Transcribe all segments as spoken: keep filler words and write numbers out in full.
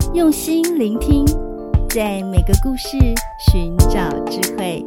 用心聆听，在每个故事寻找智慧。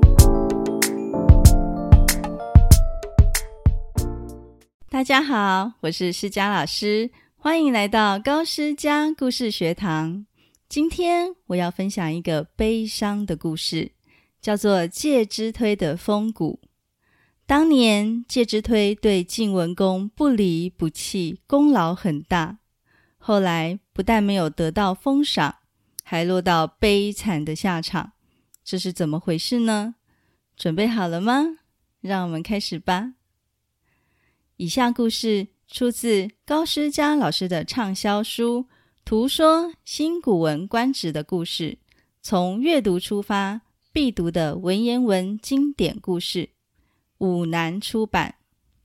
大家好，我是诗佳老师，欢迎来到高诗佳故事学堂。今天我要分享一个悲伤的故事，叫做介之推的风骨。当年介之推对晋文公不离不弃，功劳很大，后来不但没有得到封赏，还落到悲惨的下场。这是怎么回事呢？准备好了吗？让我们开始吧。以下故事出自高诗佳老师的畅销书《图说新古文观止的故事》，从阅读出发，必读的文言文经典故事，五南出版。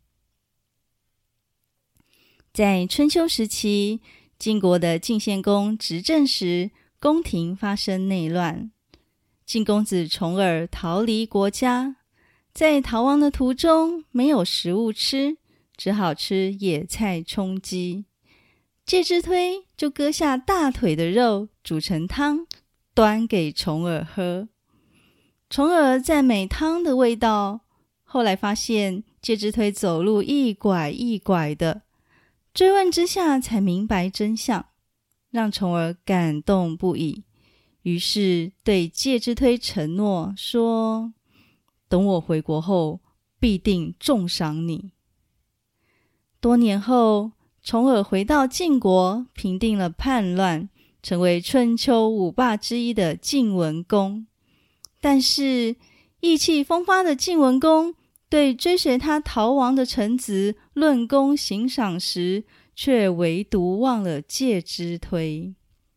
在春秋时期，晋国的晋献公执政时，宫廷发生内乱，晋公子重耳逃离国家，在逃亡的途中没有食物吃，只好吃野菜充饥。介之推就割下大腿的肉煮成汤，端给重耳喝。重耳赞美汤的味道，后来发现介之推走路一拐一拐的，追问之下才明白真相，让重耳感动不已。于是对介之推承诺说，等我回国后必定重赏你。多年后，重耳回到晋国，平定了叛乱，成为春秋五霸之一的晋文公。但是意气风发的晋文公对追随他逃亡的臣子论功行赏时，却唯独忘了介之推。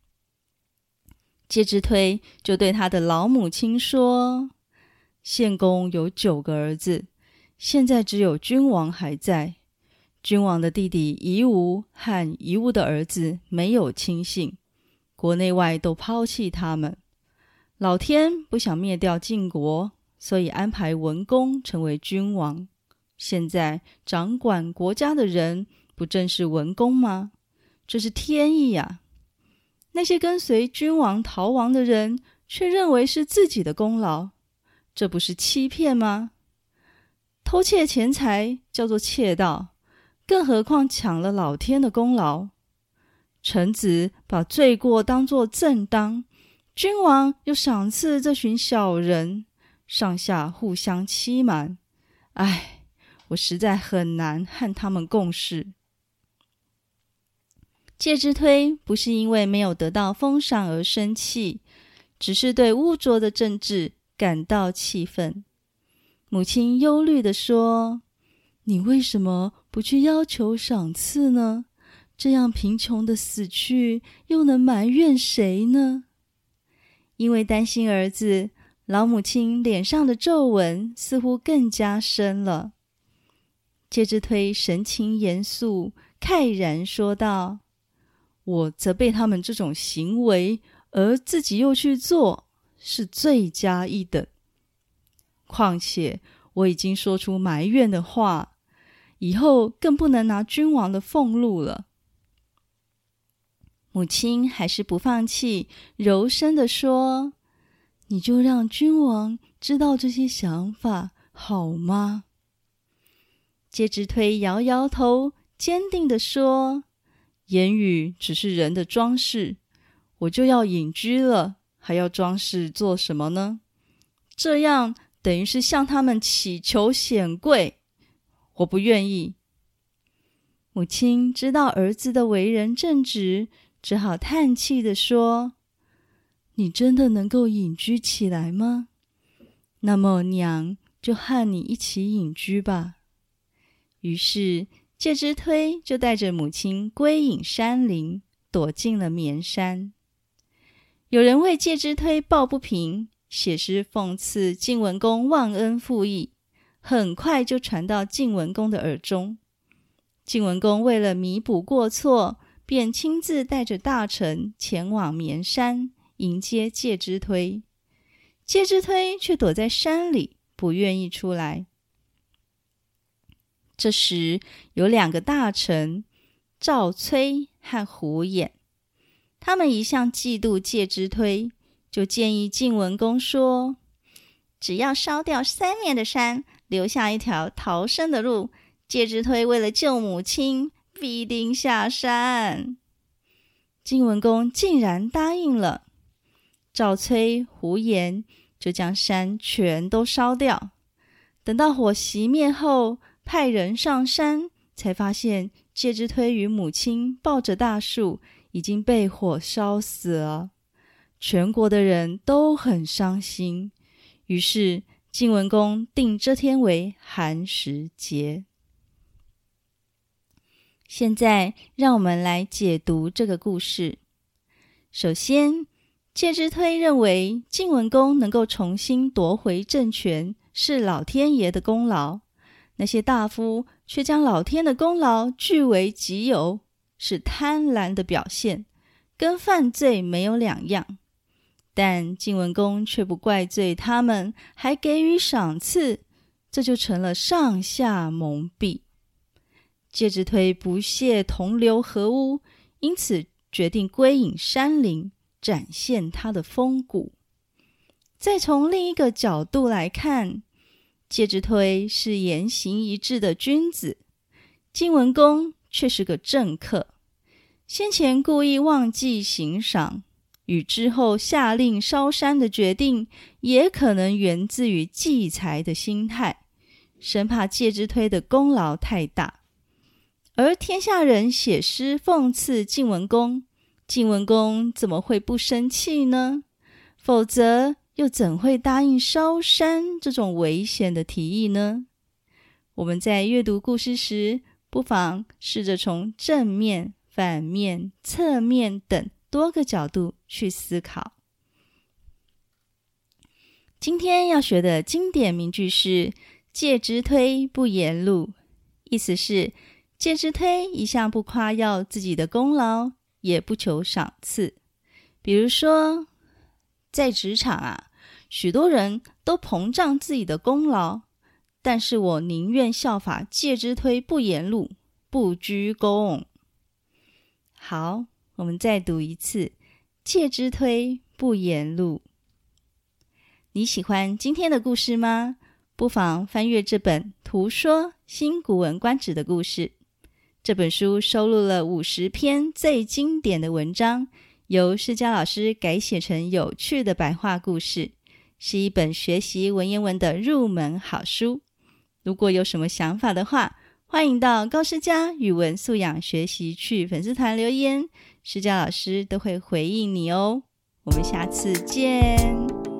介之推就对他的老母亲说，献公有九个儿子，现在只有君王还在。君王的弟弟夷吾和夷吾的儿子没有亲信，国内外都抛弃他们。老天不想灭掉晋国，所以安排文公成为君王。现在掌管国家的人不正是文公吗？这是天意啊！那些跟随君王逃亡的人却认为是自己的功劳，这不是欺骗吗？偷窃钱财叫做窃盗，更何况抢了老天的功劳。臣子把罪过当作正当，君王又赏赐这群小人，上下互相欺瞒。唉，我实在很难和他们共事。介之推不是因为没有得到封赏而生气，只是对污浊的政治感到气愤。母亲忧虑地说，你为什么不去要求赏赐呢？这样贫穷的死去，又能埋怨谁呢？因为担心儿子，老母亲脸上的皱纹似乎更加深了。介之推神情严肃，慨然说道，我责备他们这种行为，而自己又去做，是罪加一等。况且我已经说出埋怨的话，以后更不能拿君王的俸禄了。母亲还是不放弃，柔声地说，你就让君王知道这些想法，好吗？介之推摇摇头，坚定地说，言语只是人的装饰，我就要隐居了，还要装饰做什么呢？这样等于是向他们祈求显贵，我不愿意。母亲知道儿子的为人正直，只好叹气地说，你真的能够隐居起来吗？那么娘就和你一起隐居吧。于是介之推就带着母亲归隐山林，躲进了绵山。有人为介之推抱不平，写诗讽刺晋文公忘恩负义，很快就传到晋文公的耳中。晋文公为了弥补过错，便亲自带着大臣前往绵山迎接介之推。介之推却躲在山里，不愿意出来。这时有两个大臣，赵崔和胡衍， 他们一向嫉妒介之推，就建议晋文公说，只要烧掉三面的山，留下一条逃生的路，介之推为了救母亲，必定下山。晋文公竟然答应了，赵崔、胡延就将山全都烧掉。等到火熄灭后，派人上山，才发现介之推与母亲抱着大树，已经被火烧死了。全国的人都很伤心，于是晋文公定这天为寒食节。现在让我们来解读这个故事。首先，介之推认为晋文公能够重新夺回政权是老天爷的功劳，那些大夫却将老天的功劳据为己有，是贪婪的表现，跟犯罪没有两样。但晋文公却不怪罪他们，还给予赏赐，这就成了上下蒙蔽。介之推不屑同流合污，因此决定归隐山林，展现他的风骨。再从另一个角度来看，介之推是言行一致的君子，晋文公却是个政客。先前故意忘记行赏，与之后下令烧山的决定，也可能源自于忌才的心态，生怕介之推的功劳太大。而天下人写诗讽刺晋文公，晋文公怎么会不生气呢？否则又怎会答应烧山这种危险的提议呢？我们在阅读故事时，不妨试着从正面、反面、侧面等多个角度去思考。今天要学的经典名句是介之推不言禄，意思是介之推一向不夸耀自己的功劳，也不求赏赐。比如说，在职场啊，许多人都膨胀自己的功劳，但是我宁愿效法介之推不言禄，不居功。好，我们再读一次，介之推不言禄。你喜欢今天的故事吗？不妨翻阅这本《图说新古文观止》的故事。这本书收录了五十篇最经典的文章，由诗佳老师改写成有趣的白话故事，是一本学习文言文的入门好书。如果有什么想法的话，欢迎到高诗佳语文素养学习区粉丝团留言，诗佳老师都会回应你哦。我们下次见。